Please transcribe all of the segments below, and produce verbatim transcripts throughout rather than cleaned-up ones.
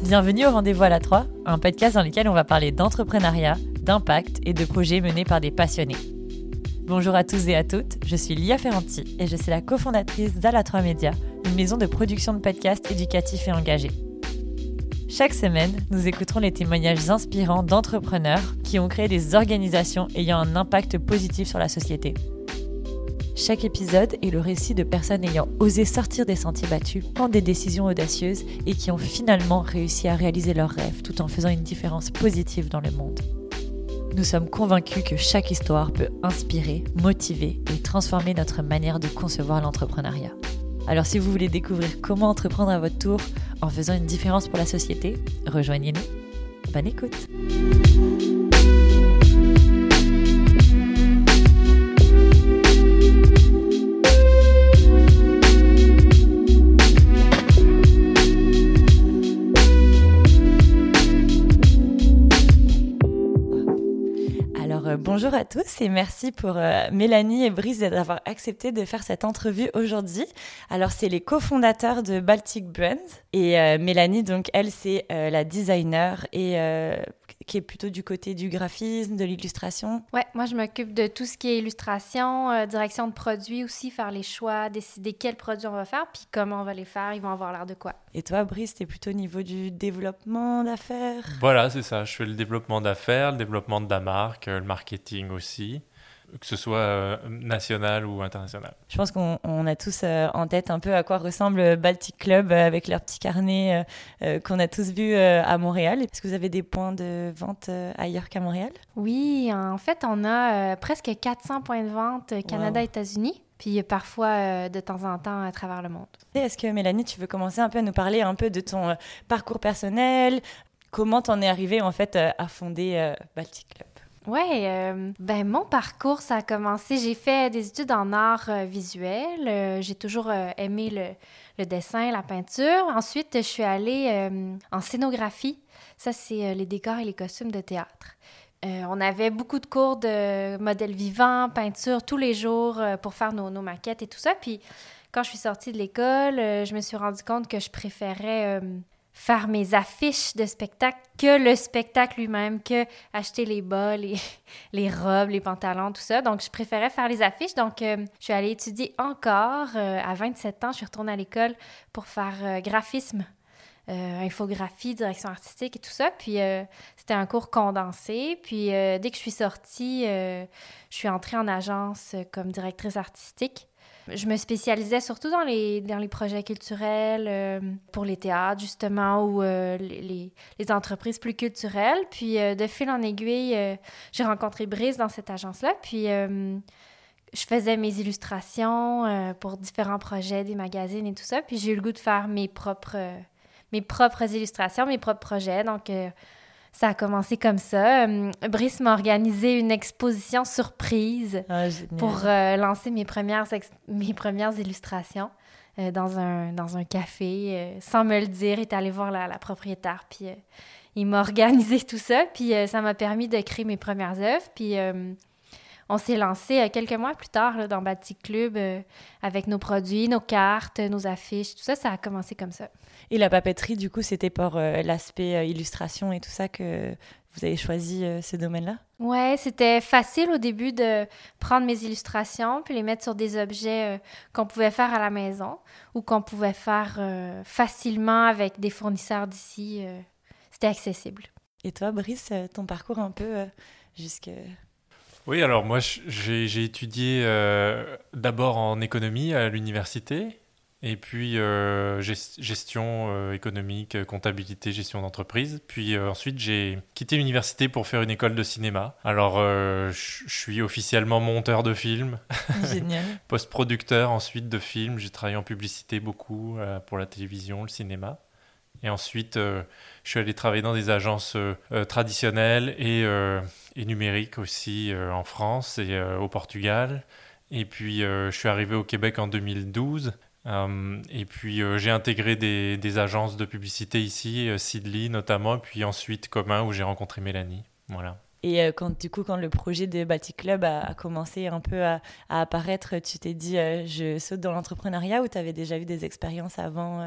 Bienvenue au Rendez-vous à la trois, un podcast dans lequel on va parler d'entrepreneuriat, d'impact et de projets menés par des passionnés. Bonjour à tous et à toutes, je suis Lia Ferranti et je suis la cofondatrice d'A la trois Média, une maison de production de podcasts éducatifs et engagés. Chaque semaine, nous écouterons les témoignages inspirants d'entrepreneurs qui ont créé des organisations ayant un impact positif sur la société. Chaque épisode est le récit de personnes ayant osé sortir des sentiers battus, prendre des décisions audacieuses et qui ont finalement réussi à réaliser leurs rêves tout en faisant une différence positive dans le monde. Nous sommes convaincus que chaque histoire peut inspirer, motiver et transformer notre manière de concevoir l'entrepreneuriat. Alors si vous voulez découvrir comment entreprendre à votre tour en faisant une différence pour la société, rejoignez-nous. Bonne écoute! Bonjour à tous et merci pour euh, Mélanie et Brice d'avoir accepté de faire cette entrevue aujourd'hui. Alors, c'est les cofondateurs de Baltic Brands et euh, Mélanie, donc, elle, c'est euh, la designer et euh, qui est plutôt du côté du graphisme, de l'illustration. Ouais, moi, je m'occupe de tout ce qui est illustration, euh, direction de produits aussi, faire les choix, décider quels produits on va faire, puis comment on va les faire, ils vont avoir l'air de quoi. Et toi, Brice, t'es plutôt au niveau du développement d'affaires? Voilà, c'est ça. Je fais le développement d'affaires, le développement de la marque, le marketing aussi, que ce soit euh, national ou international. Je pense qu'on on a tous euh, en tête un peu à quoi ressemble Baltic Club euh, avec leur petit carnet euh, euh, qu'on a tous vu euh, à Montréal. Est-ce que vous avez des points de vente euh, ailleurs qu'à Montréal? Oui, en fait, on a euh, presque quatre cents points de vente euh, Canada, wow. États-Unis. Puis parfois, euh, de temps en temps, à travers le monde. Et est-ce que, Mélanie, tu veux commencer un peu à nous parler un peu de ton euh, parcours personnel? Comment t'en es arrivée, en fait, euh, à fonder euh, Baltic Club? Oui, euh, ben mon parcours, ça a commencé... J'ai fait des études en art euh, visuel. Euh, j'ai toujours euh, aimé le, le dessin, la peinture. Ensuite, je suis allée euh, en scénographie. Ça, c'est euh, les décors et les costumes de théâtre. Euh, on avait beaucoup de cours de modèles vivants, peinture, tous les jours euh, pour faire nos, nos maquettes et tout ça. Puis quand je suis sortie de l'école, euh, je me suis rendu compte que je préférais euh, faire mes affiches de spectacle que le spectacle lui-même, que acheter les bas, les, les robes, les pantalons, tout ça. Donc, je préférais faire les affiches. Donc, euh, je suis allée étudier encore. Euh, à vingt-sept ans, je suis retournée à l'école pour faire euh, graphisme. Euh, infographie, direction artistique et tout ça. Puis, euh, c'était un cours condensé. Puis, euh, dès que je suis sortie, euh, je suis entrée en agence comme directrice artistique. Je me spécialisais surtout dans les, dans les projets culturels, euh, pour les théâtres, justement, ou euh, les, les entreprises plus culturelles. Puis, euh, de fil en aiguille, euh, j'ai rencontré Brice dans cette agence-là. Puis, euh, je faisais mes illustrations euh, pour différents projets, des magazines et tout ça. Puis, j'ai eu le goût de faire mes propres... Euh, mes propres illustrations, mes propres projets. Donc, euh, ça a commencé comme ça. Euh, Brice m'a organisé une exposition surprise ah, pour euh, lancer mes premières, ex- mes premières illustrations euh, dans, un, dans un café. Euh, sans me le dire, il est allé voir la, la propriétaire. Puis, euh, il m'a organisé tout ça. Puis, euh, ça m'a permis de créer mes premières œuvres. Puis, euh, on s'est lancé euh, quelques mois plus tard là, dans Baltic Club euh, avec nos produits, nos cartes, nos affiches. Tout ça, ça a commencé comme ça. Et la papeterie, du coup, c'était pour euh, l'aspect euh, illustration et tout ça que vous avez choisi euh, ce domaine-là? Oui, c'était facile au début de prendre mes illustrations puis les mettre sur des objets euh, qu'on pouvait faire à la maison ou qu'on pouvait faire euh, facilement avec des fournisseurs d'ici. Euh, c'était accessible. Et toi, Brice, ton parcours un peu euh, jusque... Oui, alors moi, j'ai, j'ai étudié euh, d'abord en économie à l'université. Et puis euh, gestion euh, économique, comptabilité, gestion d'entreprise. Puis euh, ensuite, j'ai quitté l'université pour faire une école de cinéma. Alors, euh, je suis officiellement monteur de films. Génial. Post-producteur ensuite de films. J'ai travaillé en publicité beaucoup euh, pour la télévision, le cinéma. Et ensuite, euh, je suis allé travailler dans des agences euh, euh, traditionnelles et, euh, et numériques aussi euh, en France et euh, au Portugal. Et puis, euh, je suis arrivé au Québec en deux mille douze. Euh, et puis euh, j'ai intégré des, des agences de publicité ici, euh, Sidley notamment, et puis ensuite Commun où j'ai rencontré Mélanie. Voilà. Et euh, quand, du coup, quand le projet de Baltic Club a, a commencé un peu à, à apparaître, tu t'es dit euh, je saute dans l'entrepreneuriat ou tu avais déjà eu des expériences avant euh...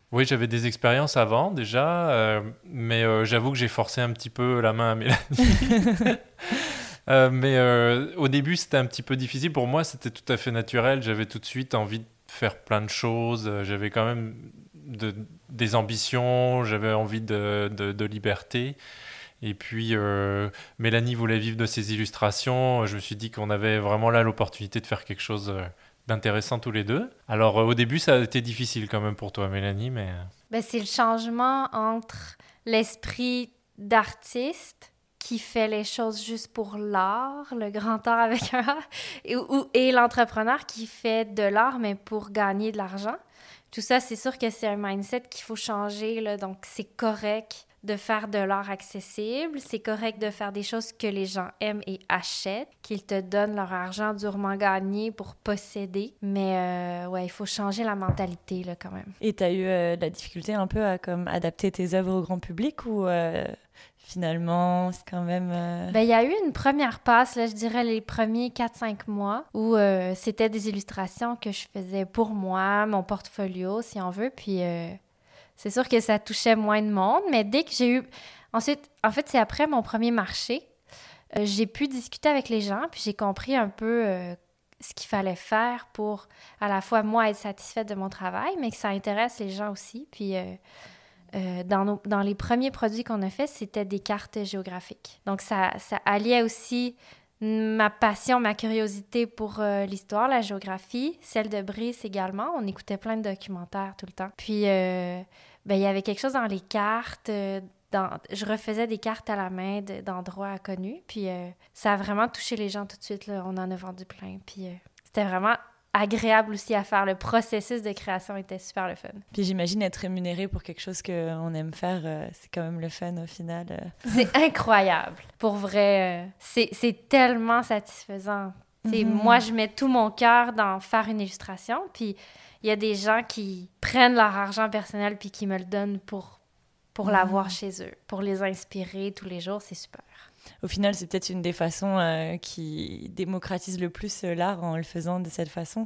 Oui, j'avais des expériences avant déjà, euh, mais euh, j'avoue que j'ai forcé un petit peu la main à Mélanie. euh, mais euh, au début, c'était un petit peu difficile. Pour moi, c'était tout à fait naturel. J'avais tout de suite envie de faire plein de choses. J'avais quand même de, des ambitions, j'avais envie de, de, de liberté. Et puis, euh, Mélanie voulait vivre de ses illustrations. Je me suis dit qu'on avait vraiment là l'opportunité de faire quelque chose d'intéressant tous les deux. Alors, euh, au début, ça a été difficile quand même pour toi, Mélanie, mais... Ben, c'est le changement entre l'esprit d'artiste qui fait les choses juste pour l'art, le grand art avec un A, et, ou, et l'entrepreneur qui fait de l'art, mais pour gagner de l'argent. Tout ça, c'est sûr que c'est un mindset qu'il faut changer, là, donc c'est correct de faire de l'art accessible, c'est correct de faire des choses que les gens aiment et achètent, qu'ils te donnent leur argent durement gagné pour posséder, mais euh, ouais, il faut changer la mentalité, là, quand même. Et tu as eu euh, de la difficulté un peu à comme, adapter tes œuvres au grand public ou euh, finalement, c'est quand même... Euh... Ben, il y a eu une première passe, là, je dirais les premiers quatre cinq mois, où euh, c'était des illustrations que je faisais pour moi, mon portfolio, si on veut, puis... Euh, c'est sûr que ça touchait moins de monde, mais dès que j'ai eu... Ensuite, en fait, c'est après mon premier marché, euh, j'ai pu discuter avec les gens, puis j'ai compris un peu euh, ce qu'il fallait faire pour à la fois moi être satisfaite de mon travail, mais que ça intéresse les gens aussi. Puis euh, euh, dans, nos, dans les premiers produits qu'on a faits, c'était des cartes géographiques. Donc, ça, ça alliait aussi ma passion, ma curiosité pour euh, l'histoire, la géographie, celle de Brice également. On écoutait plein de documentaires tout le temps. Puis... Euh, ben, il y avait quelque chose dans les cartes. Euh, dans, je refaisais des cartes à la main de, d'endroits connus. Puis euh, ça a vraiment touché les gens tout de suite. Là. On en a vendu plein. Puis euh, c'était vraiment agréable aussi à faire. Le processus de création était super le fun. Puis j'imagine être rémunéré pour quelque chose qu'on aime faire, euh, c'est quand même le fun au final. Euh. C'est incroyable. Pour vrai, euh, c'est, c'est tellement satisfaisant. Mm-hmm. Moi, je mets tout mon cœur dans faire une illustration. Puis... il y a des gens qui prennent leur argent personnel puis qui me le donnent pour, pour mmh. l'avoir chez eux, pour les inspirer tous les jours, c'est super. Au final, c'est peut-être une des façons euh, qui démocratise le plus euh, l'art en le faisant de cette façon.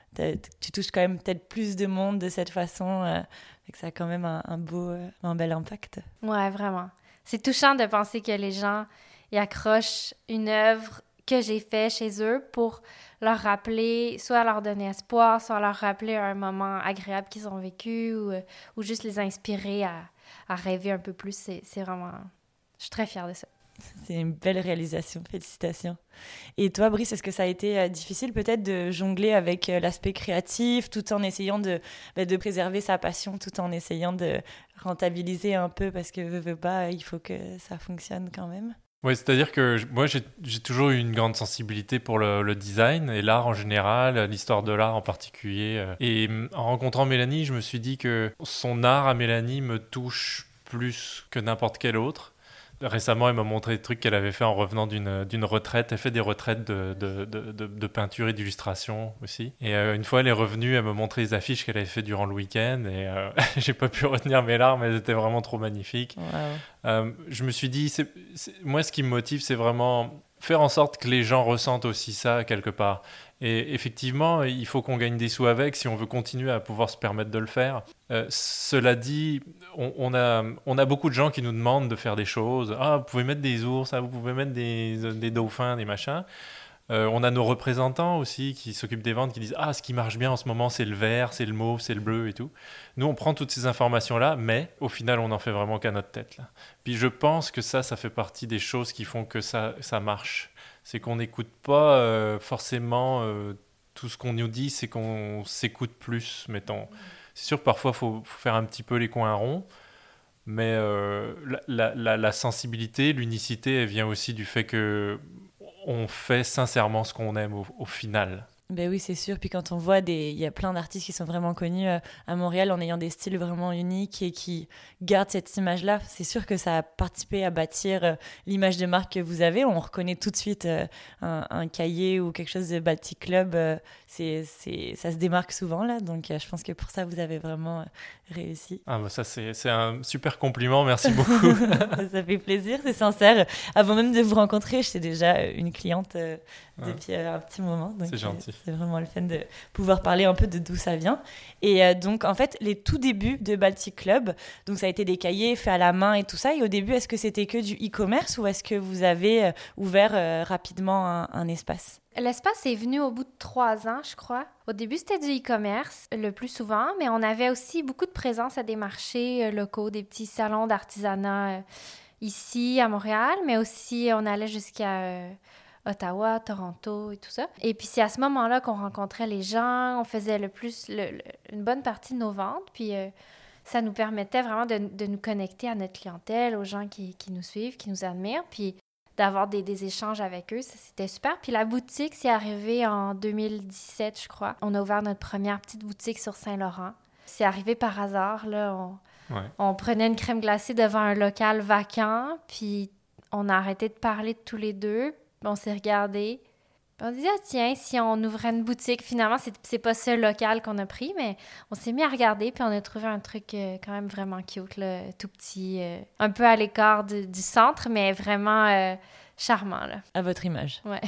Tu touches quand même peut-être plus de monde de cette façon, euh, et que ça a quand même un, un beau, euh, un bel impact. Ouais, vraiment. C'est touchant de penser que les gens y accrochent une œuvre que j'ai fait chez eux pour leur rappeler, soit leur donner espoir, soit leur rappeler un moment agréable qu'ils ont vécu ou, ou juste les inspirer à, à rêver un peu plus. C'est, c'est vraiment... Je suis très fière de ça. C'est une belle réalisation. Félicitations. Et toi, Brice, est-ce que ça a été euh, difficile peut-être de jongler avec euh, l'aspect créatif tout en essayant de, bah, de préserver sa passion, tout en essayant de rentabiliser un peu parce que veux, veux pas, il faut que ça fonctionne quand même? Oui, c'est-à-dire que moi, j'ai, j'ai toujours eu une grande sensibilité pour le, le design et l'art en général, l'histoire de l'art en particulier. Et en rencontrant Mélanie, je me suis dit que son art à Mélanie me touche plus que n'importe quel autre. Récemment, elle m'a montré des trucs qu'elle avait fait en revenant d'une, d'une retraite. Elle fait des retraites de, de, de, de, de peinture et d'illustration aussi. Et euh, une fois, elle est revenue, elle m'a montré les affiches qu'elle avait fait durant le week-end. Et euh, j'ai pas pu retenir mes larmes, elles étaient vraiment trop magnifiques. Wow. Euh, je me suis dit, c'est, c'est, moi, ce qui me motive, c'est vraiment faire en sorte que les gens ressentent aussi ça quelque part. Et effectivement, il faut qu'on gagne des sous avec si on veut continuer à pouvoir se permettre de le faire. Euh, cela dit, on, on, a, on a beaucoup de gens qui nous demandent de faire des choses. Ah, vous pouvez mettre des ours, ah, vous pouvez mettre des, des dauphins, des machins. Euh, on a nos représentants aussi qui s'occupent des ventes qui disent « Ah, ce qui marche bien en ce moment, c'est le vert, c'est le mauve, c'est le bleu et tout. » Nous, on prend toutes ces informations-là, mais au final, on n'en fait vraiment qu'à notre tête. Là. Puis je pense que ça, ça fait partie des choses qui font que ça, ça marche. C'est qu'on n'écoute pas euh, forcément euh, tout ce qu'on nous dit, c'est qu'on s'écoute plus, mettons. C'est sûr que parfois, il faut, faut faire un petit peu les coins ronds, mais euh, la, la, la sensibilité, l'unicité, elle vient aussi du fait que on fait sincèrement ce qu'on aime au, au final. Ben oui, c'est sûr. Puis quand on voit des... Il y a plein d'artistes qui sont vraiment connus euh, à Montréal en ayant des styles vraiment uniques et qui gardent cette image-là. C'est sûr que ça a participé à bâtir euh, l'image de marque que vous avez. On reconnaît tout de suite euh, un, un cahier ou quelque chose de Baltic Club. Euh, c'est, c'est... Ça se démarque souvent, là. Donc, euh, je pense que pour ça, vous avez vraiment euh, réussi. Ah bah ça, c'est, c'est un super compliment. Merci beaucoup. Ça fait plaisir, c'est sincère. Avant même de vous rencontrer, j'étais déjà une cliente euh, depuis euh, un petit moment. Donc, c'est gentil. Euh, c'est vraiment le fun de pouvoir parler un peu de d'où ça vient. Et euh, donc, en fait, les tout débuts de Baltic Club, donc ça a été des cahiers faits à la main et tout ça. Et au début, est-ce que c'était que du e-commerce ou est-ce que vous avez euh, ouvert euh, rapidement un, un espace? L'espace est venu au bout de trois ans, je crois. Au début, c'était du e-commerce, le plus souvent, mais on avait aussi beaucoup de présence à des marchés euh, locaux, des petits salons d'artisanat euh, ici, à Montréal, mais aussi on allait jusqu'à euh, Ottawa, Toronto et tout ça. Et puis c'est à ce moment-là qu'on rencontrait les gens, on faisait le plus, le, le, une bonne partie de nos ventes, puis euh, ça nous permettait vraiment de, de nous connecter à notre clientèle, aux gens qui, qui nous suivent, qui nous admirent, puis d'avoir des, des échanges avec eux, ça, c'était super. Puis la boutique, c'est arrivé en deux mille dix-sept, je crois. On a ouvert notre première petite boutique sur Saint-Laurent. C'est arrivé par hasard, là. On, ouais. on prenait une crème glacée devant un local vacant, puis on a arrêté de parler de tous les deux, puis on s'est regardés. Puis on disait, ah, tiens, si on ouvrait une boutique, finalement, c'est, c'est pas ce local qu'on a pris, mais on s'est mis à regarder, puis on a trouvé un truc euh, quand même vraiment cute, là, tout petit, euh, un peu à l'écart du, du centre, mais vraiment euh, charmant, là. À votre image. Ouais.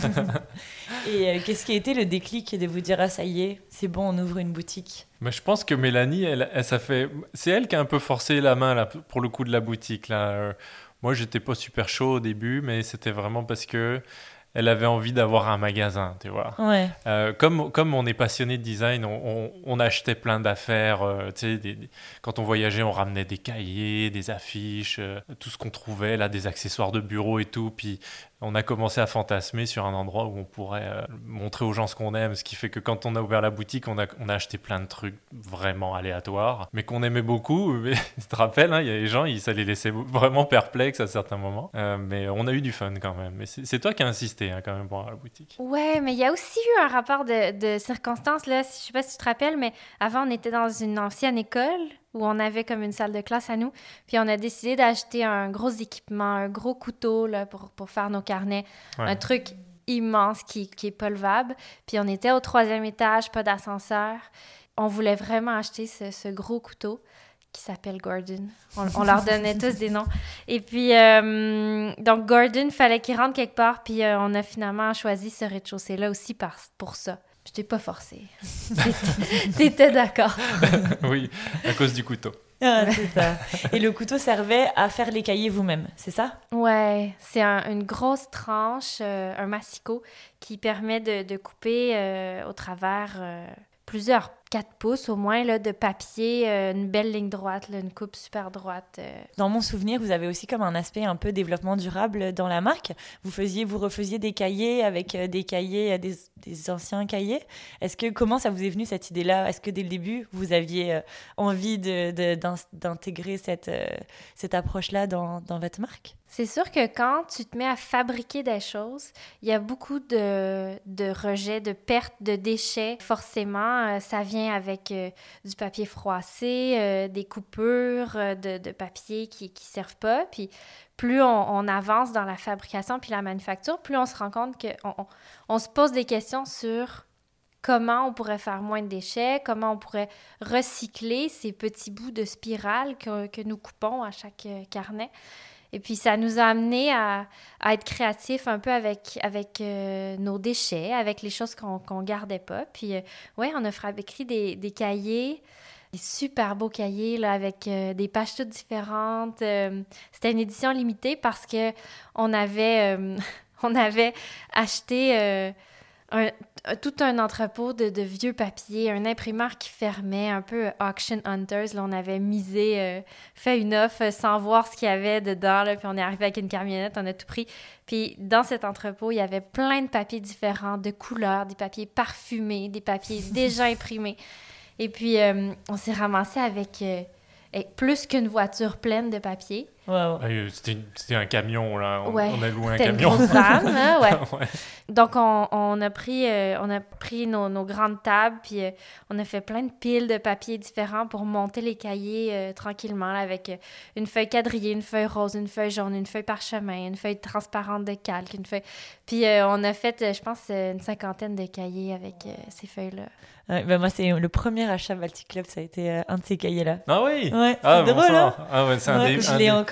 Et euh, qu'est-ce qui a été le déclic de vous dire, ah, ça y est, c'est bon, on ouvre une boutique? Mais je pense que Mélanie, elle, elle, ça fait... c'est elle qui a un peu forcé la main, là, pour le coup de la boutique, là. Euh, moi, j'étais pas super chaud au début, mais c'était vraiment parce que elle avait envie d'avoir un magasin, tu vois. Ouais. Euh, comme, comme on est passionné de design, on, on, on achetait plein d'affaires. Euh, tu sais, des, des, quand on voyageait, on ramenait des cahiers, des affiches, euh, tout ce qu'on trouvait, là, des accessoires de bureau et tout. Puis on a commencé à fantasmer sur un endroit où on pourrait euh, montrer aux gens ce qu'on aime. Ce qui fait que quand on a ouvert la boutique, on a, on a acheté plein de trucs vraiment aléatoires, mais qu'on aimait beaucoup. Mais tu te rappelles, hein, il y a des gens, ils, ça les laissait vraiment perplexes à certains moments. Euh, mais on a eu du fun quand même. Mais c'est, c'est toi qui as insisté, hein, quand même, pour la boutique. Ouais, mais il y a aussi eu un rapport de, de circonstances, là. Je sais pas si tu te rappelles, mais avant, on était dans une ancienne école où on avait comme une salle de classe à nous. Puis on a décidé d'acheter un gros équipement, un gros couteau là, pour, pour faire nos carnets. Ouais. Un truc immense qui, qui est polvable. Puis on était au troisième étage, pas d'ascenseur. On voulait vraiment acheter ce, ce gros couteau qui s'appelle Gordon. On, on leur donnait tous des noms. Et puis, euh, donc Gordon, il fallait qu'il rentre quelque part. Puis euh, on a finalement choisi ce rez-de-chaussée-là aussi par, pour ça. Je t'ai pas forcé. T'étais, t'étais d'accord. Oui, à cause du couteau. Ah, c'est ça. Et le couteau servait à faire les cahiers vous-même, c'est ça? Ouais, c'est un, une grosse tranche, euh, un massicot, qui permet de, de couper euh, au travers euh, plusieurs quatre pouces au moins là, de papier, euh, une belle ligne droite, là, une coupe super droite. Euh. Dans mon souvenir, vous avez aussi comme un aspect un peu développement durable dans la marque. Vous faisiez, vous refaisiez des cahiers avec euh, des cahiers, des, des anciens cahiers. Est-ce que, comment ça vous est venu cette idée-là? Est-ce que dès le début, vous aviez euh, envie de, de, d'in, d'intégrer cette, euh, cette approche-là dans, dans votre marque? C'est sûr que quand tu te mets à fabriquer des choses, il y a beaucoup de, de rejets, de pertes, de déchets. Forcément, euh, ça vient avec euh, du papier froissé, euh, des coupures euh, de, de papier qui ne servent pas. Puis plus on, on avance dans la fabrication puis la manufacture, plus on se rend compte qu'on on, on se pose des questions sur comment on pourrait faire moins de déchets, comment on pourrait recycler ces petits bouts de spirale que, que nous coupons à chaque euh, carnet. Et puis, ça nous a amené à, à être créatifs un peu avec, avec euh, nos déchets, avec les choses qu'on qu'on gardait pas. Puis, euh, ouais, on a fabriqué des, des cahiers, des super beaux cahiers là, avec euh, des pages toutes différentes. Euh, c'était une édition limitée parce que on avait, euh, on avait acheté euh, un, tout un entrepôt de, de vieux papiers, un imprimeur qui fermait, un peu Auction Hunters. Là, on avait misé, euh, fait une offre sans voir ce qu'il y avait dedans. Là, puis on est arrivé avec une camionnette, on a tout pris. Puis dans cet entrepôt, il y avait plein de papiers différents, de couleurs, des papiers parfumés, des papiers déjà imprimés. Et puis, euh, on s'est ramassé avec euh, plus qu'une voiture pleine de papier. Wow. C'était, une, c'était un camion, là. On, ouais, on a loué un c'était camion. Une grosse vanne, hein, ouais. ouais. Donc, on, on a pris, euh, on a pris nos, nos grandes tables, puis euh, on a fait plein de piles de papier différents pour monter les cahiers euh, tranquillement, là, avec euh, une feuille quadrillée, une feuille rose, une feuille jaune, une feuille parchemin, une feuille transparente de calque, une feuille... Puis, euh, on a fait, euh, je pense, une cinquantaine de cahiers avec euh, ces feuilles-là. Ouais, ben moi, c'est le premier achat Baltic Club, ça a été euh, un de ces cahiers-là. Ah oui? Ouais, c'est ah, drôle, bon, hein? Ah ouais, c'est un ouais, des... Je un l'ai des... encore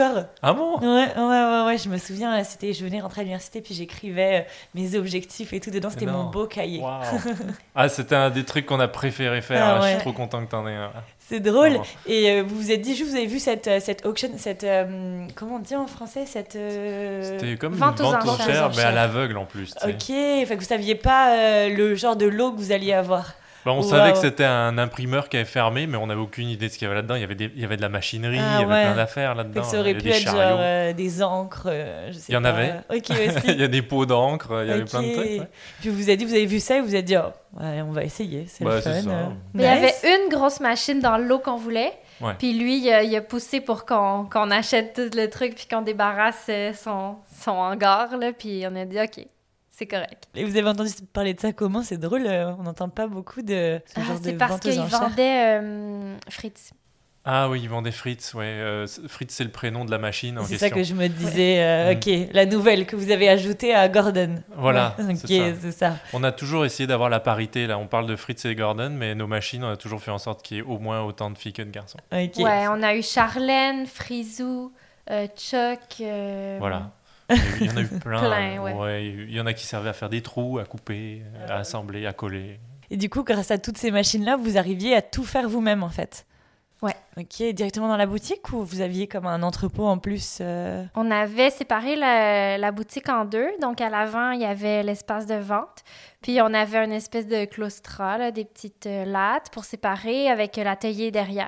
encore. Ah bon? Ouais, ouais, ouais, ouais, je me souviens, c'était, je venais rentrer à l'université, puis j'écrivais euh, mes objectifs et tout. Dedans, c'était mon beau cahier. Wow. Ah, c'était un des trucs qu'on a préféré faire. Ah, là. ouais. Je suis trop content que t'en aies un. C'est drôle. Vraiment. Et euh, vous vous êtes dit, juste, vous avez vu cette, cette auction, cette. Euh, comment on dit en français cette, euh... C'était comme vente une aux vente aux enchères. enchères, mais à l'aveugle en plus. Tu sais. Ok, fait que vous saviez pas euh, le genre de lot que vous alliez avoir. Bah, on Wow. savait que c'était un imprimeur qui avait fermé, mais on n'avait aucune idée de ce qu'il y avait là-dedans. Il y avait, des, il y avait de la machinerie, Ah, il y avait ouais. plein d'affaires Fait là-dedans. que ça aurait il y pu avait des être chariots. genre euh, des encres, euh, je sais Il y en pas. avait. Ok, aussi. Il y a des pots d'encre, il y avait Ok. plein de trucs. Ouais. Puis vous avez dit, vous avez vu ça et vous avez dit, oh, ouais, on va essayer, c'est Bah, le c'est fun. ça. euh. Mais il y Nice. avait une grosse machine dans le lot qu'on voulait. Ouais. Puis lui, il a, il a poussé pour qu'on, qu'on achète tout le truc puis qu'on débarrasse euh, son, son hangar. Là, puis on a dit, OK, c'est correct. Et vous avez entendu parler de ça comment? C'est drôle, euh, on n'entend pas beaucoup de ce Ah, genre c'est de parce vente aux qu'il enchères. vendait euh, Fritz. Ah oui, ils vendaient Fritz. Ouais. Euh, Fritz, c'est le prénom de la machine en C'est question. ça que je me disais, euh, Mm. ok, la nouvelle que vous avez ajoutée à Gordon. Voilà, Ouais, c'est ok, ça. c'est ça. On a toujours essayé d'avoir la parité. Là, on parle de Fritz et Gordon, mais nos machines, on a toujours fait en sorte qu'il y ait au moins autant de filles que de garçons. Ok. Ouais, on a eu Charlène, Frisou, euh, Chuck. euh, Voilà. Il y a eu- il y en a eu plein. Plein, ouais. Il y en a qui servaient à faire des trous, à couper, à assembler, à coller. Et du coup, grâce à toutes ces machines-là, vous arriviez à tout faire vous-même, en fait. Ouais. Ok, directement dans la boutique ou vous aviez comme un entrepôt en plus euh, On avait séparé la, la boutique en deux. Donc, à l'avant, il y avait l'espace de vente. Puis, on avait une espèce de claustrat, là, des petites euh, lattes pour séparer avec l'atelier derrière.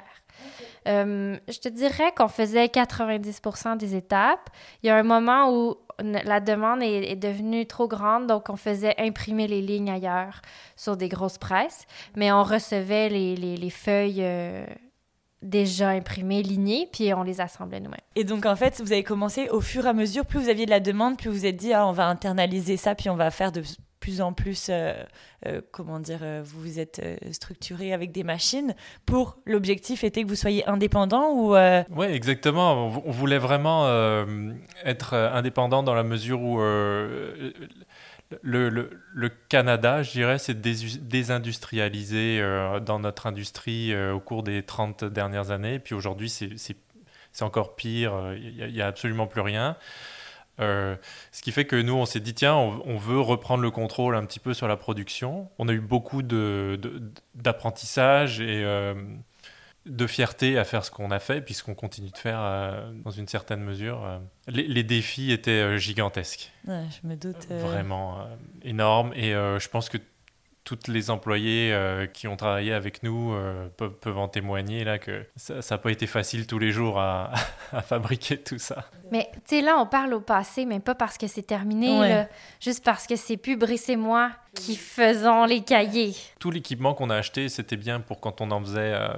Euh, je te dirais qu'on faisait quatre-vingt-dix pour cent des étapes. Il y a un moment où n- la demande est, est devenue trop grande, donc on faisait imprimer les lignes ailleurs sur des grosses presses, mais on recevait les, les, les feuilles euh, déjà imprimées, lignées, puis on les assemblait nous-mêmes. Et donc, en fait, vous avez commencé au fur et à mesure, plus vous aviez de la demande, plus vous vous êtes dit, ah, on va internaliser ça, puis on va faire de plus en plus, euh, euh, comment dire, euh, vous vous êtes euh, structuré avec des machines. Pour l'objectif était que vous soyez indépendant ou... euh, Oui, exactement. On, vou- on voulait vraiment euh, être euh, indépendant dans la mesure où euh, le, le, le Canada, je dirais, s'est désu- désindustrialisé euh, dans notre industrie euh, au cours des trente dernières années. Puis aujourd'hui, c'est, c'est, c'est encore pire. Il n'y a, a absolument plus rien. Euh, ce qui fait que nous, on s'est dit, tiens, on, on veut reprendre le contrôle un petit peu sur la production. On a eu beaucoup de, de, d'apprentissage et euh, de fierté à faire ce qu'on a fait, puisqu'on continue de faire euh, dans une certaine mesure. Euh, les, les défis étaient euh, gigantesques, ouais, je me doute. euh, vraiment euh, énormes. Et euh, je pense que toutes les employés euh, qui ont travaillé avec nous euh, peuvent, peuvent en témoigner là, que ça n'a pas été facile tous les jours à, à fabriquer tout ça. Mais, tu sais, là, on parle au passé, mais pas parce que c'est terminé, Ouais. là, juste parce que c'est plus Brice et moi qui faisons les cahiers. Tout l'équipement qu'on a acheté, c'était bien pour quand on en faisait euh,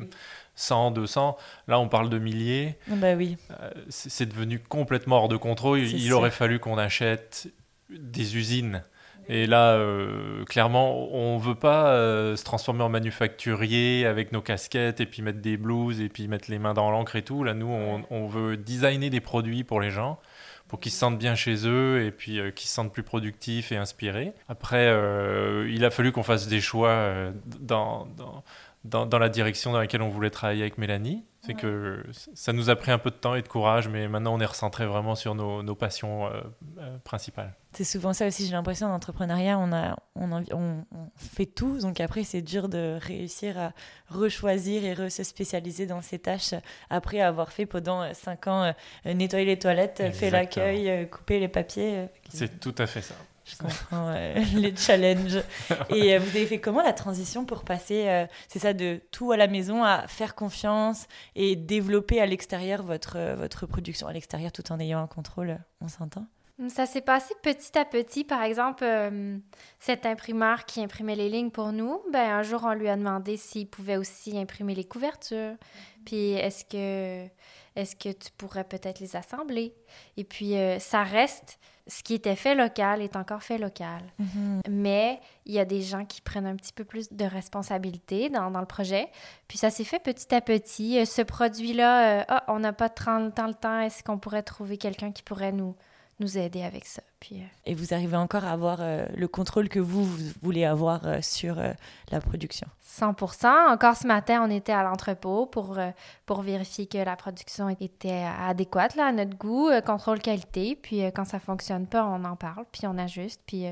cent, deux cents. Là, on parle de milliers. Bah oui. Euh, c'est, c'est devenu complètement hors de contrôle. C'est Il sûr. aurait fallu qu'on achète des usines. Et là, euh, clairement, on ne veut pas euh, se transformer en manufacturier avec nos casquettes et puis mettre des blouses et puis mettre les mains dans l'encre et tout. Là, nous, on, on veut designer des produits pour les gens, pour qu'ils se sentent bien chez eux et puis euh, qu'ils se sentent plus productifs et inspirés. Après, euh, il a fallu qu'on fasse des choix euh, dans, dans, dans, dans la direction dans laquelle on voulait travailler avec Mélanie. C'est Ouais. que ça nous a pris un peu de temps et de courage, mais maintenant, on est recentré vraiment sur nos, nos passions euh, euh, principales. C'est souvent ça aussi, j'ai l'impression, en entrepreneuriat, on, a, on, a- on, on fait tout, donc après, c'est dur de réussir à rechoisir et re se spécialiser dans ses tâches après avoir fait pendant cinq ans euh, nettoyer les toilettes, euh, fait Exactement. l'accueil, euh, couper les papiers. euh, C'est tout à fait ça. Je comprends euh, les challenges. Et euh, vous avez fait comment la transition pour passer, euh, c'est ça, de tout à la maison à faire confiance et développer à l'extérieur votre, euh, votre production à l'extérieur tout en ayant un contrôle, euh, on s'entend? Ça s'est passé petit à petit. Par exemple, euh, cet imprimeur qui imprimait les lignes pour nous, ben, un jour, on lui a demandé s'il pouvait aussi imprimer les couvertures. Puis, est-ce que, est-ce que tu pourrais peut-être les assembler? Et puis, euh, ça reste... Ce qui était fait local est encore fait local. Mhm. Mais il y a des gens qui prennent un petit peu plus de responsabilité dans, dans le projet. Puis ça s'est fait petit à petit. Euh, Ce produit-là, euh, ah, on n'a pas trente ans le temps. Est-ce qu'on pourrait trouver quelqu'un qui pourrait nous, nous aider avec ça. Puis, euh... Et vous arrivez encore à avoir euh, le contrôle que vous, vous voulez avoir euh, sur euh, la production? cent pour cent. Encore ce matin, on était à l'entrepôt pour, euh, pour vérifier que la production était adéquate là, à notre goût, euh, contrôle qualité. Puis euh, quand ça ne fonctionne pas, on en parle, puis on ajuste. Puis euh,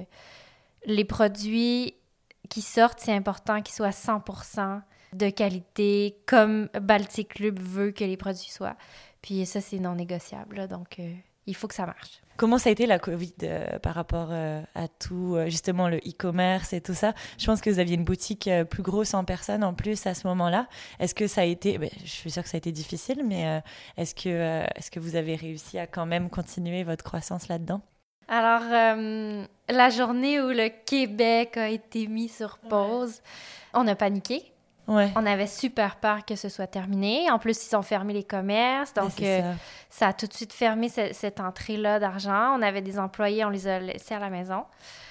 les produits qui sortent, c'est important qu'ils soient cent pour cent de qualité, comme Baltic Club veut que les produits soient. Puis ça, c'est non négociable. Là, donc, euh, il faut que ça marche. Comment ça a été la COVID euh, par rapport euh, à tout, euh, justement, le e-commerce et tout ça? Je pense que vous aviez une boutique euh, plus grosse en personne en plus à ce moment-là. Est-ce que ça a été... Ben, je suis sûre que ça a été difficile, mais euh, est-ce que, euh, est-ce que vous avez réussi à quand même continuer votre croissance là-dedans? Alors, euh, la journée où le Québec a été mis sur pause, ouais. on a paniqué. Ouais. On avait super peur que ce soit terminé. En plus, ils ont fermé les commerces. Donc, euh, ça. ça a tout de suite fermé ce, cette entrée-là d'argent. On avait des employés, on les a laissés à la maison.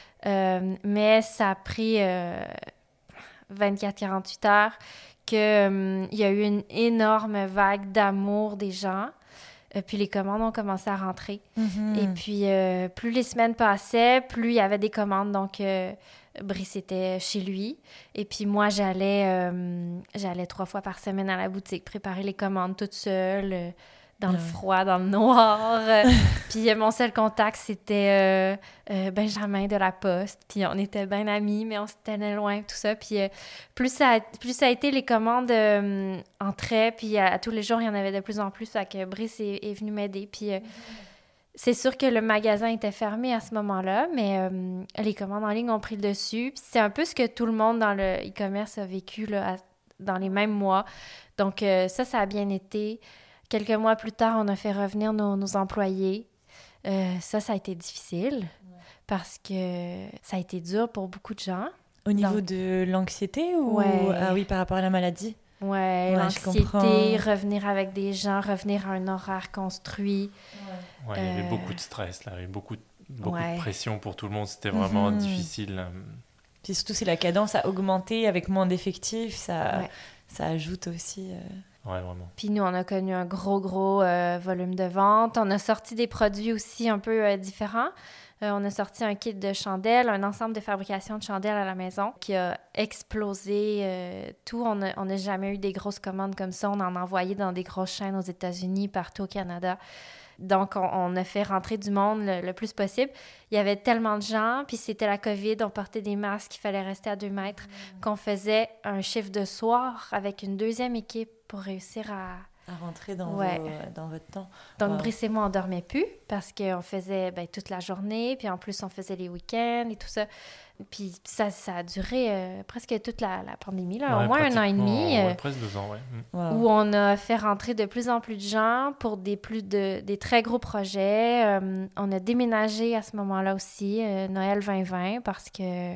Euh, mais ça a pris euh, vingt-quatre à quarante-huit heures qu'il euh, y a eu une énorme vague d'amour des gens. Euh, puis les commandes ont commencé à rentrer. Mm-hmm. Et puis, euh, plus les semaines passaient, plus il y avait des commandes. Donc, euh, Brice était chez lui. Et puis moi, j'allais, euh, j'allais trois fois par semaine à la boutique préparer les commandes toute seule, euh, dans ouais. le froid, dans le noir. Puis euh, mon seul contact, c'était euh, euh, Benjamin de la Poste. Puis on était bien amis, mais on se tenait loin, tout ça. Puis euh, plus, ça a, plus ça a été, les commandes euh, entraient. Puis à, à tous les jours, il y en avait de plus en plus. Fait que Brice est, est venu m'aider. Puis... Euh, c'est sûr que le magasin était fermé à ce moment-là, mais euh, les commandes en ligne ont pris le dessus. Puis c'est un peu ce que tout le monde dans le e-commerce a vécu là, à, dans les mêmes mois. Donc euh, ça, ça a bien été. Quelques mois plus tard, on a fait revenir nos, nos employés. Euh, ça, ça a été difficile ouais. parce que ça a été dur pour beaucoup de gens. Au niveau Donc, de l'anxiété ou ouais. ah oui, par rapport à la maladie? Ouais, ouais, l'anxiété, revenir avec des gens, revenir à un horaire construit. Ouais, il y avait euh... beaucoup de stress, là. Il y avait beaucoup, beaucoup ouais. de pression pour tout le monde. C'était vraiment mm-hmm. difficile. Puis surtout, si la cadence a augmenté avec moins d'effectifs, ça, ouais. ça ajoute aussi... Euh... Ouais, vraiment. Puis nous, on a connu un gros, gros euh, volume de vente. On a sorti des produits aussi un peu euh, différents. Euh, on a sorti un kit de chandelles, un ensemble de fabrication de chandelles à la maison qui a explosé euh, tout. On n'a jamais eu des grosses commandes comme ça. On en a envoyé dans des grosses chaînes aux États-Unis, partout au Canada. Donc, on, on a fait rentrer du monde le, le plus possible. Il y avait tellement de gens, puis c'était la COVID, on portait des masques, il fallait rester à deux mètres, mmh. qu'on faisait un chiffre de soir avec une deuxième équipe pour réussir à... À rentrer dans, ouais. vos, dans votre temps. Donc, wow. Brice et moi, on ne dormait plus parce qu'on faisait ben, toute la journée, puis en plus, on faisait les week-ends et tout ça. Puis ça, ça a duré euh, presque toute la, la pandémie, là, ouais, au moins un an et demi. Ouais, euh, presque deux ans, oui. Wow. Où on a fait rentrer de plus en plus de gens pour des, plus de, des très gros projets. Euh, on a déménagé à ce moment-là aussi, euh, Noël vingt vingt, parce que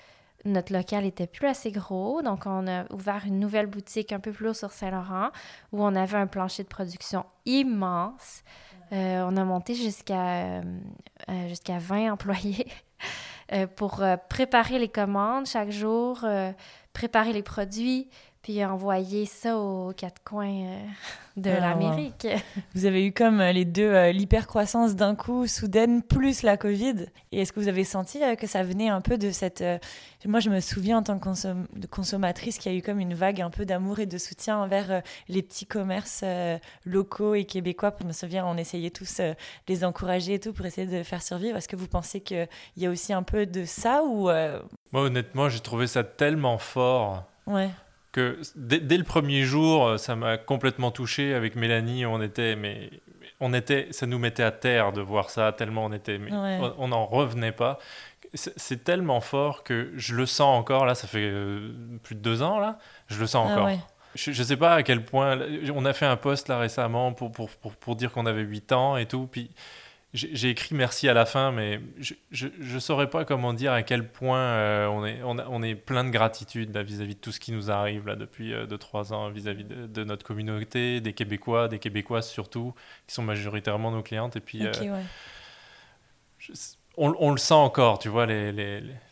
notre local était plus assez gros. Donc, on a ouvert une nouvelle boutique un peu plus haut sur Saint-Laurent où on avait un plancher de production immense. Euh, on a monté jusqu'à, euh, jusqu'à vingt employés euh, pour euh, préparer les commandes chaque jour, euh, préparer les produits, puis envoyer ça aux quatre coins euh, de ah, l'Amérique. Wow. Vous avez eu comme les deux, euh, l'hypercroissance d'un coup, soudaine, plus la COVID. Et est-ce que vous avez senti euh, que ça venait un peu de cette... Euh... Moi, je me souviens en tant que consom- de consommatrice qu'il y a eu comme une vague un peu d'amour et de soutien envers euh, les petits commerces euh, locaux et québécois. Je me souviens, on essayait tous euh, les encourager et tout pour essayer de faire survivre. Est-ce que vous pensez qu'il y a aussi un peu de ça ou euh... Moi, honnêtement, j'ai trouvé ça tellement fort. Ouais. Que dès, dès le premier jour, ça m'a complètement touché. Avec Mélanie, on était, mais on était, ça nous mettait à terre de voir ça, tellement on était, mais ouais. on n'en revenait pas. C'est, c'est tellement fort que je le sens encore. Là, ça fait euh, plus de deux ans là, je le sens encore. Ah ouais. Je, je sais pas à quel point. On a fait un post là récemment pour pour pour, pour dire qu'on avait huit ans et tout, puis. J'ai, j'ai écrit merci à la fin, mais je ne saurais pas comment dire à quel point euh, on, est, on, a, on est plein de gratitude là, vis-à-vis de tout ce qui nous arrive là, depuis deux à trois ans, vis-à-vis de, de notre communauté, des Québécois, des Québécoises surtout, qui sont majoritairement nos clientes. Et puis, okay, euh, ouais. je, on, on le sent encore, tu vois, les, les,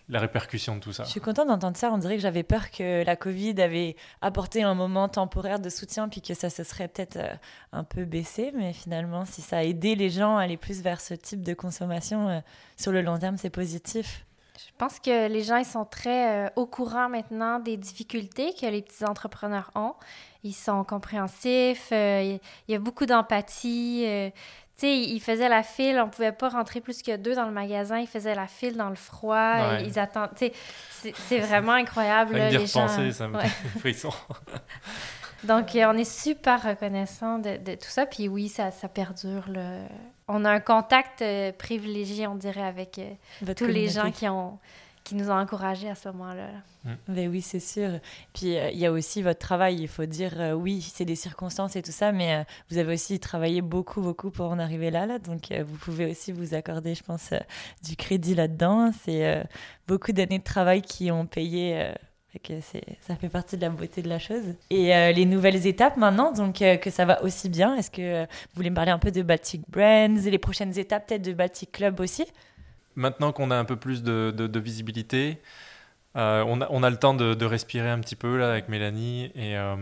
la répercussion de tout ça. Je suis contente d'entendre ça. On dirait que j'avais peur que la Covid avait apporté un moment temporaire de soutien puis que ça se serait peut-être euh, un peu baissé. Mais finalement, si ça a aidé les gens à aller plus vers ce type de consommation, euh, sur le long terme, c'est positif. Je pense que les gens ils sont très euh, au courant maintenant des difficultés que les petits entrepreneurs ont. Ils sont compréhensifs, euh, il y a beaucoup d'empathie. Euh, tu sais, ils faisaient la file, on pouvait pas rentrer plus que deux dans le magasin. Ils faisaient la file dans le froid. Ouais. Ils attendent. Tu sais, c'est, c'est vraiment incroyable. Avec Là, d'y les gens... repenser, ça me Ouais. fait des frissons. Donc, euh, on est super reconnaissant de, de tout ça. Puis oui, ça, ça perdure. Là. On a un contact euh, privilégié, on dirait, avec euh, Votre tous les communauté. gens qui, ont, qui nous ont encouragés à ce moment-là. Là. Ben oui, c'est sûr. Puis il euh, y a aussi votre travail, il faut dire, euh, oui, c'est des circonstances et tout ça, mais euh, vous avez aussi travaillé beaucoup, beaucoup pour en arriver là, là. Donc euh, vous pouvez aussi vous accorder, je pense, euh, du crédit là-dedans. C'est euh, beaucoup d'années de travail qui ont payé... Euh, que c'est, ça fait partie de la beauté de la chose. Et euh, les nouvelles étapes maintenant, donc euh, que ça va aussi bien, est-ce que euh, vous voulez me parler un peu de Baltic Brands et les prochaines étapes peut-être de Baltic Club aussi? Maintenant qu'on a un peu plus de, de, de visibilité, euh, on, a, on a le temps de, de respirer un petit peu là, avec Mélanie et euh,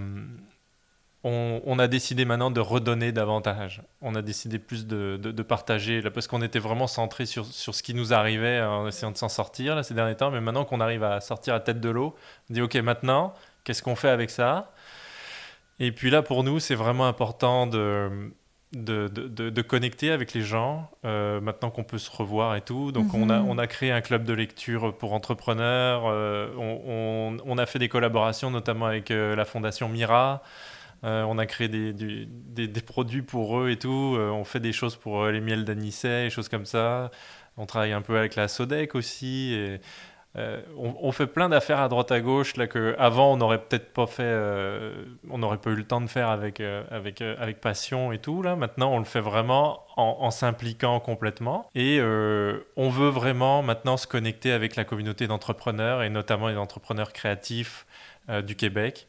on, on a décidé maintenant de redonner davantage. On a décidé plus de, de, de partager là, parce qu'on était vraiment centré sur, sur ce qui nous arrivait en essayant de s'en sortir là, ces derniers temps. Mais maintenant qu'on arrive à sortir à tête de l'eau, on dit ok, maintenant, qu'est-ce qu'on fait avec ça? Et puis là, pour nous, c'est vraiment important de... De, de, de, de connecter avec les gens, euh, maintenant qu'on peut se revoir et tout. Donc, mm-hmm. on, a, on a créé un club de lecture pour entrepreneurs. Euh, on, on, on a fait des collaborations, notamment avec euh, la fondation Mira. Euh, on a créé des, du, des, des produits pour eux et tout. Euh, on fait des choses pour euh, les miels d'anisset, des choses comme ça. On travaille un peu avec la Sodec aussi. Et, Euh, on, on fait plein d'affaires à droite à gauche là que avant on n'aurait peut-être pas fait, euh, on n'aurait pas eu le temps de faire avec euh, avec euh, avec passion et tout là. Maintenant on le fait vraiment en, en s'impliquant complètement et euh, on veut vraiment maintenant se connecter avec la communauté d'entrepreneurs et notamment les entrepreneurs créatifs euh, du Québec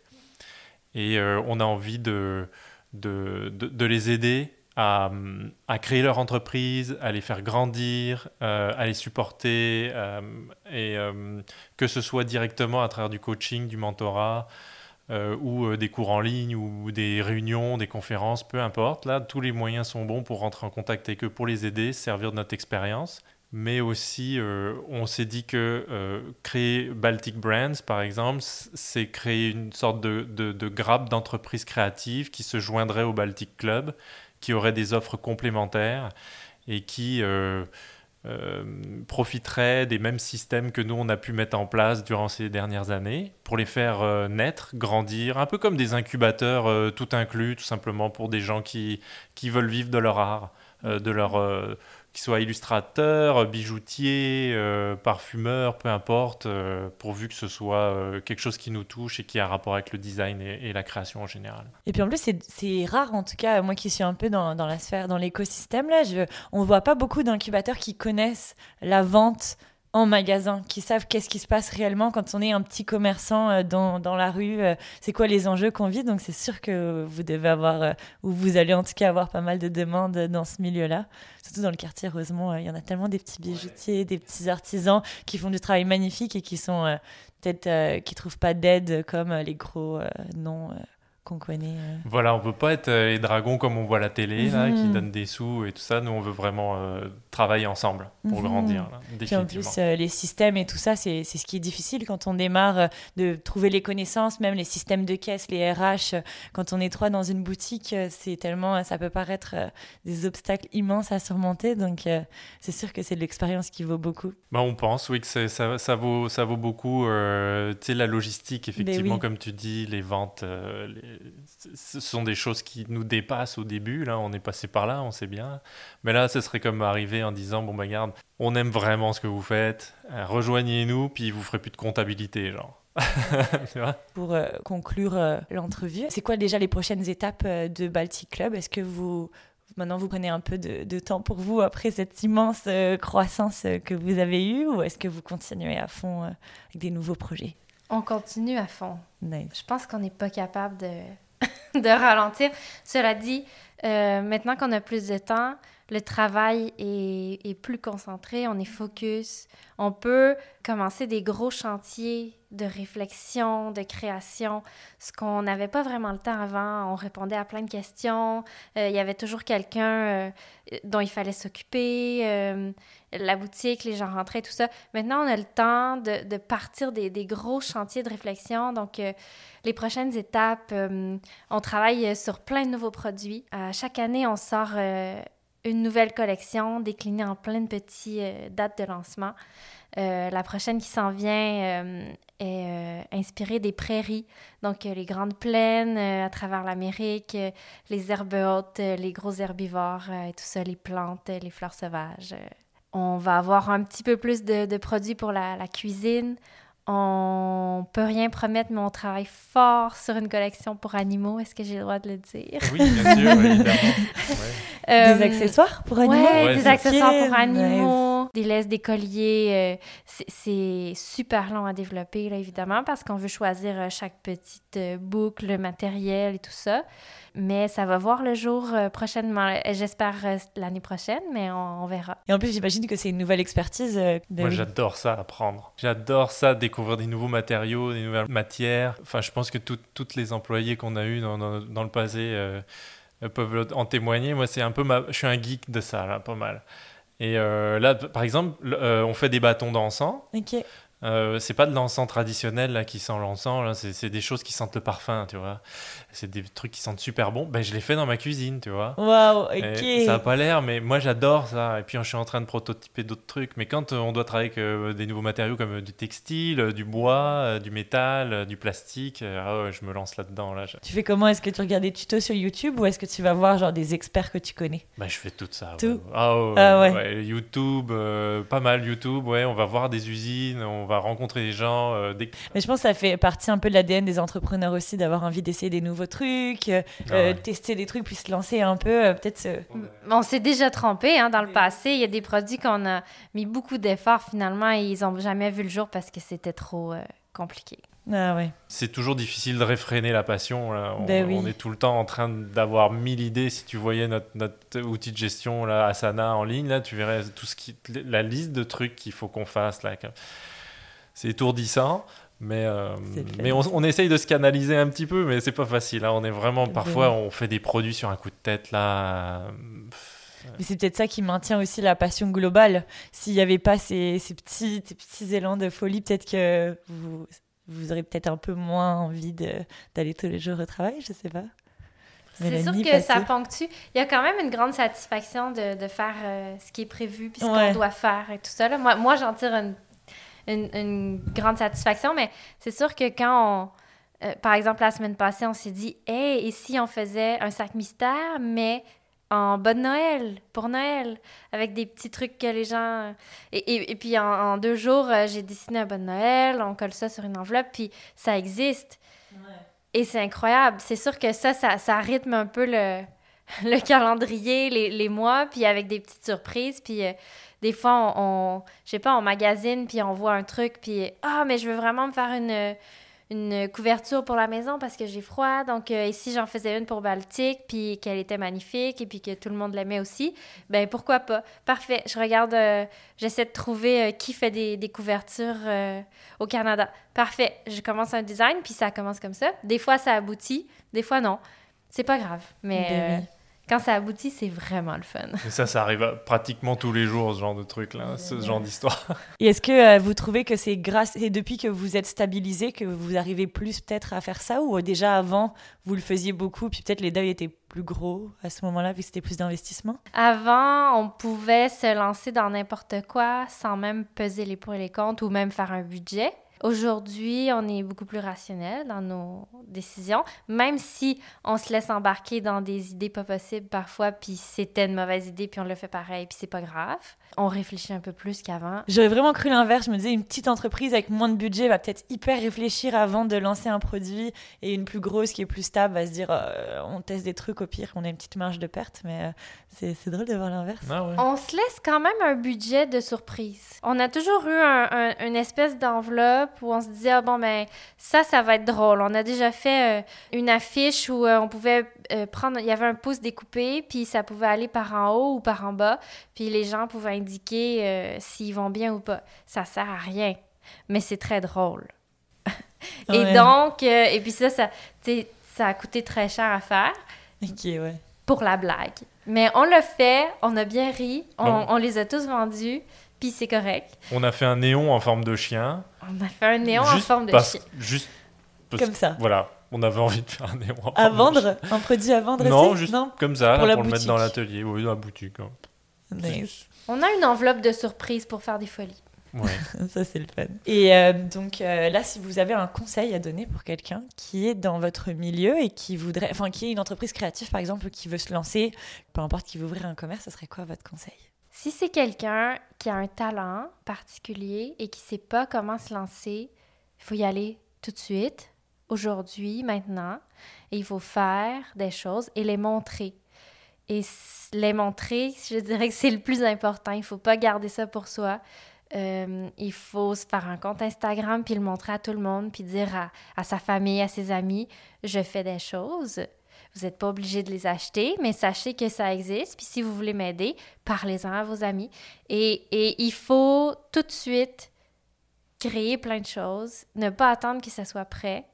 et euh, on a envie de de, de de les aider À, à créer leur entreprise, à les faire grandir, euh, à les supporter, euh, et euh, que ce soit directement à travers du coaching, du mentorat, euh, ou euh, des cours en ligne, ou des réunions, des conférences, peu importe. Là, tous les moyens sont bons pour rentrer en contact avec eux, pour les aider, servir de notre expérience. Mais aussi, euh, on s'est dit que euh, créer Baltic Brands, par exemple, c'est créer une sorte de, de, de grappe d'entreprises créatives qui se joindraient au Baltic Club, qui auraient des offres complémentaires et qui euh, euh, profiteraient des mêmes systèmes que nous, on a pu mettre en place durant ces dernières années pour les faire euh, naître, grandir, un peu comme des incubateurs euh, tout inclus, tout simplement pour des gens qui, qui veulent vivre de leur art, euh, de leur... Euh, qu'ils soient illustrateurs, bijoutiers, euh, parfumeurs, peu importe, euh, pourvu que ce soit euh, quelque chose qui nous touche et qui a un rapport avec le design et, et la création en général. Et puis en plus, c'est, c'est rare, en tout cas, moi qui suis un peu dans, dans la sphère, dans l'écosystème, là, je, on ne voit pas beaucoup d'incubateurs qui connaissent la vente en magasin, qui savent qu'est-ce qui se passe réellement quand on est un petit commerçant euh, dans, dans la rue, euh, c'est quoi les enjeux qu'on vit. Donc c'est sûr que vous devez avoir, euh, ou vous allez en tout cas avoir pas mal de demandes dans ce milieu-là. Surtout dans le quartier Rosemont, il euh, y en a tellement des petits bijoutiers, des petits artisans qui font du travail magnifique et qui sont euh, peut-être, euh, qui trouvent pas d'aide comme euh, les gros euh, noms euh, qu'on connaît. Euh. Voilà, on veut pas être euh, les dragons comme on voit à la télé, Mm-hmm. là, qui donnent des sous et tout ça. Nous, on veut vraiment euh, travailler ensemble pour Mm-hmm. grandir, là, Puis en définitivement. plus, euh, les systèmes et tout ça, c'est, c'est ce qui est difficile quand on démarre, euh, de trouver les connaissances, même les systèmes de caisse, les R H. Euh, quand on est trois dans une boutique, euh, c'est tellement, ça peut paraître euh, des obstacles immenses à surmonter. Donc, euh, c'est sûr que c'est de l'expérience qui vaut beaucoup. Bah, on pense, oui, que c'est, ça, ça, vaut, ça vaut beaucoup. Euh, tu sais, la logistique, effectivement, oui. comme tu dis, les ventes, euh, les... ce sont des choses qui nous dépassent au début. Là, on est passé par là, on sait bien. Mais là, ce serait comme arriver en disant, bon, bah, garde, on aime vraiment ce que vous faites, euh, rejoignez-nous, puis vous ferez plus de comptabilité, genre. Tu vois ? Pour euh, conclure euh, l'entrevue, c'est quoi déjà les prochaines étapes euh, de Baltic Club ? Est-ce que vous... Maintenant, vous prenez un peu de, de temps pour vous après cette immense euh, croissance euh, que vous avez eue, ou est-ce que vous continuez à fond euh, avec des nouveaux projets ? On continue à fond. Nice. Je pense qu'on n'est pas capable de, de ralentir. Cela dit, euh, maintenant qu'on a plus de temps, le travail est, est plus concentré, on est focus. On peut commencer des gros chantiers de réflexion, de création, ce qu'on n'avait pas vraiment le temps avant. On répondait à plein de questions. Euh, il y avait toujours quelqu'un euh, dont il fallait s'occuper. Euh, la boutique, les gens rentraient, tout ça. Maintenant, on a le temps de, de partir des, des gros chantiers de réflexion. Donc, euh, les prochaines étapes, euh, on travaille sur plein de nouveaux produits. Euh, chaque année, on sort... Euh, une nouvelle collection déclinée en plein de petites euh, dates de lancement. Euh, la prochaine qui s'en vient euh, est euh, inspirée des prairies, donc euh, les grandes plaines euh, à travers l'Amérique, euh, les herbes hautes, euh, les gros herbivores euh, et tout ça, les plantes, euh, les fleurs sauvages. Euh. On va avoir un petit peu plus de, de produits pour la, la cuisine. On peut rien promettre, mais on travaille fort sur une collection pour animaux. Est-ce que j'ai le droit de le dire? Oui, bien sûr, oui, évidemment. Ouais. Euh, des accessoires pour animaux? Ouais, ouais des c'est... accessoires pour okay, animaux, nice. des laisses, des colliers. Euh, c'est, c'est super long à développer, là, évidemment, parce qu'on veut choisir chaque petite euh, boucle, le matériel et tout ça. Mais ça va voir le jour euh, prochainement. J'espère euh, l'année prochaine, mais on, on verra. Et en plus, j'imagine que c'est une nouvelle expertise. Euh, de... Moi, j'adore ça, apprendre. J'adore ça, découvrir des nouveaux matériaux, des nouvelles matières. Enfin, je pense que tout, toutes les employés qu'on a eus dans, dans, dans le passé euh, peuvent en témoigner. Moi, c'est un peu ma... je suis un geek de ça, là, pas mal. Et euh, là, par exemple, euh, on fait des bâtons d'encens. Ok. Euh, c'est pas de l'encens traditionnel là, qui sent l'encens, là. C'est, c'est des choses qui sentent le parfum, tu vois. C'est des trucs qui sentent super bon. Ben, je les fais dans ma cuisine, tu vois. Waouh, ok. Et ça n'a pas l'air, mais moi j'adore ça. Et puis je suis en train de prototyper d'autres trucs. Mais quand euh, on doit travailler avec euh, des nouveaux matériaux comme euh, du textile, euh, du bois, euh, du métal, euh, du plastique, euh, ah ouais, je me lance là-dedans. Là. Je... Tu fais comment? Est-ce que tu regardes des tutos sur YouTube ou est-ce que tu vas voir genre des experts que tu connais? Ben, je fais tout ça. Tout? Ouais. Ah, ouais, ah ouais. ouais. YouTube, euh, pas mal YouTube. Ouais, on va voir des usines, on va rencontrer des gens. Euh, des... Mais je pense que ça fait partie un peu de l'A D N des entrepreneurs aussi, d'avoir envie d'essayer des nouveaux trucs, euh, Ah ouais. tester des trucs, puis se lancer un peu, euh, peut-être se... On s'est déjà trompé hein, dans le passé. Il y a des produits qu'on a mis beaucoup d'efforts finalement et ils n'ont jamais vu le jour parce que c'était trop euh, compliqué. Ah ouais. C'est toujours difficile de réfréner la passion. Là. On, Ben oui. on est tout le temps en train d'avoir mille idées. Si tu voyais notre, notre outil de gestion, là, Asana, en ligne, là, tu verrais tout ce qui, la liste de trucs qu'il faut qu'on fasse. Là. C'est étourdissant, mais, euh, mais on, on essaye de se canaliser un petit peu, mais c'est pas facile. Hein. On est vraiment, parfois, on fait des produits sur un coup de tête, là. Mais c'est peut-être ça qui maintient aussi la passion globale. S'il n'y avait pas ces, ces, petits, ces petits élans de folie, peut-être que vous, vous aurez peut-être un peu moins envie de, d'aller tous les jours au travail, je sais pas. C'est Mélanie, sûr que passé. ça ponctue. Il y a quand même une grande satisfaction de, de faire euh, ce qui est prévu puis ce ouais. qu'on doit faire et tout ça. Là. Moi, moi, j'en tire une Une, une grande satisfaction, mais c'est sûr que quand on... Euh, par exemple, la semaine passée, on s'est dit « Hey, et si on faisait un sac mystère, mais en bas de Noël, pour Noël, avec des petits trucs que les gens... » Et, et, et puis, en, en deux jours, euh, j'ai dessiné un bas de Noël, on colle ça sur une enveloppe, puis ça existe. Ouais. Et c'est incroyable. C'est sûr que ça, ça, ça rythme un peu le, le calendrier, les, les mois, puis avec des petites surprises, puis... Euh, Des fois, on, on je sais pas, on magasine, puis on voit un truc, puis « Ah, mais je veux vraiment me faire une, une couverture pour la maison parce que j'ai froid. » Donc, euh, ici, j'en faisais une pour Baltique, puis qu'elle était magnifique, et puis que tout le monde l'aimait aussi. Ben pourquoi pas? Parfait. Je regarde, euh, j'essaie de trouver euh, qui fait des, des couvertures euh, au Canada. Parfait. Je commence un design, puis ça commence comme ça. Des fois, ça aboutit. Des fois, non. C'est pas grave, mais... Ben oui. Quand ça aboutit, c'est vraiment le fun. Et ça, ça arrive pratiquement tous les jours, ce genre de truc-là, ce genre d'histoire. Et est-ce que euh, vous trouvez que c'est grâce, et depuis que vous êtes stabilisé, que vous arrivez plus peut-être à faire ça, ou déjà avant, vous le faisiez beaucoup, puis peut-être les deuils étaient plus gros à ce moment-là, vu que c'était plus d'investissement? Avant, on pouvait se lancer dans n'importe quoi sans même peser les pour et les contre ou même faire un budget. Aujourd'hui, on est beaucoup plus rationnel dans nos décisions, même si on se laisse embarquer dans des idées pas possibles parfois, puis c'était une mauvaise idée, puis on le fait pareil, puis c'est pas grave. On réfléchit un peu plus qu'avant. J'aurais vraiment cru l'inverse. Je me disais, une petite entreprise avec moins de budget va peut-être hyper réfléchir avant de lancer un produit, et une plus grosse qui est plus stable va se dire, euh, on teste des trucs, au pire, on a une petite marge de perte, mais euh, c'est, c'est drôle de voir l'inverse. Ah ouais. On se laisse quand même un budget de surprise. On a toujours eu un, un, une espèce d'enveloppe up où on se disait, ah bon, ben ça, ça va être drôle. On a déjà fait euh, une affiche où euh, on pouvait euh, prendre, il y avait un pouce découpé, puis ça pouvait aller par en haut ou par en bas, puis les gens pouvaient indiquer euh, s'ils vont bien ou pas. Ça sert à rien, mais c'est très drôle. Et ouais. donc, euh, et puis ça, ça, ça a coûté très cher à faire. Ok, ouais. Pour la blague. Mais on l'a fait, on a bien ri, on, Bon. on les a tous vendus, puis c'est correct. On a fait un néon en forme de chien. On a fait un néon juste en forme de parce, chien. Juste parce Comme que, ça. Voilà, on avait envie de faire un néon en À forme vendre? de chien. Un produit à vendre Non, aussi? juste Non, comme ça, pour là, la pour le mettre dans boutique. l'atelier. Oui, dans la boutique. Hein. Nice. On a une enveloppe de surprise pour faire des folies. Ouais. Ça, c'est le fun. Et euh, donc euh, là, si vous avez un conseil à donner pour quelqu'un qui est dans votre milieu et qui voudrait, enfin, qui est une entreprise créative, par exemple, qui veut se lancer, peu importe, qui veut ouvrir un commerce, ce serait quoi votre conseil? Si c'est quelqu'un qui a un talent particulier et qui ne sait pas comment se lancer, il faut y aller tout de suite, aujourd'hui, maintenant, et il faut faire des choses et les montrer. Et les montrer, je dirais que c'est le plus important. Il ne faut pas garder ça pour soi. Euh, il faut se faire un compte Instagram puis le montrer à tout le monde puis dire à, à sa famille, à ses amis, je fais des choses. Vous n'êtes pas obligé de les acheter, mais sachez que ça existe. Puis si vous voulez m'aider, parlez-en à vos amis. Et, et il faut tout de suite créer plein de choses, ne pas attendre que ça soit prêt.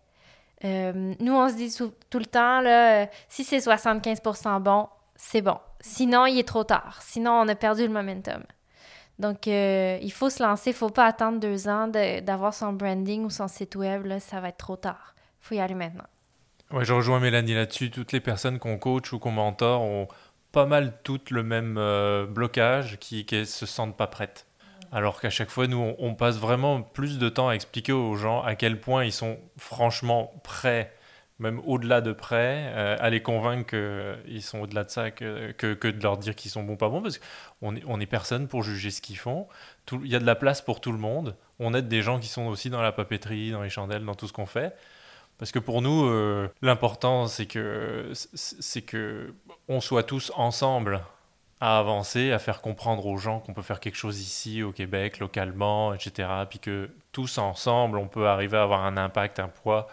Euh, nous, on se dit tout, tout le temps, là, si c'est soixante-quinze pour cent bon, c'est bon. Sinon, il est trop tard. Sinon, on a perdu le momentum. Donc, euh, il faut se lancer. Il ne faut pas attendre deux ans de, d'avoir son branding ou son site web. Là, ça va être trop tard. Il faut y aller maintenant. Ouais, je rejoins Mélanie là-dessus. Toutes les personnes qu'on coach ou qu'on mentor ont pas mal toutes le même euh, blocage, qui ne se sentent pas prêtes. Alors qu'à chaque fois, nous, on, on passe vraiment plus de temps à expliquer aux gens à quel point ils sont franchement prêts, même au-delà de prêts, euh, à les convaincre qu'ils sont au-delà de ça, que, que, que de leur dire qu'ils sont bons, pas bons, parce qu'on est, on est personne pour juger ce qu'ils font. Il y a de la place pour tout le monde. On aide des gens qui sont aussi dans la papeterie, dans les chandelles, dans tout ce qu'on fait. Parce que pour nous, euh, l'important, c'est que, c'est que on soit tous ensemble à avancer, à faire comprendre aux gens qu'on peut faire quelque chose ici, au Québec, localement, et cetera. Puis que tous ensemble, on peut arriver à avoir un impact, un poids.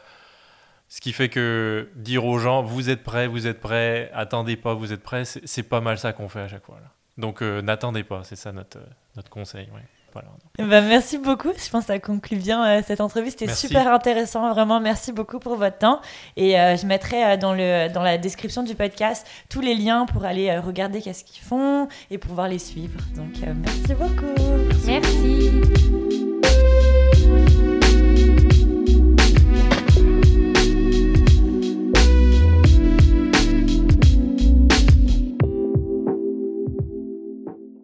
Ce qui fait que dire aux gens, vous êtes prêts, vous êtes prêts, attendez pas, vous êtes prêts, c'est, c'est pas mal ça qu'on fait à chaque fois. Là. Donc euh, n'attendez pas, c'est ça notre, notre conseil. Ouais. Voilà. Ben, merci beaucoup. Je pense que ça conclut bien euh, cette entrevue. C'était merci. Super intéressant. Vraiment, merci beaucoup pour votre temps. Et euh, je mettrai euh, dans, le, dans la description du podcast tous les liens pour aller euh, regarder qu'est-ce qu'ils font et pouvoir les suivre. Donc, euh, merci beaucoup. Merci. merci.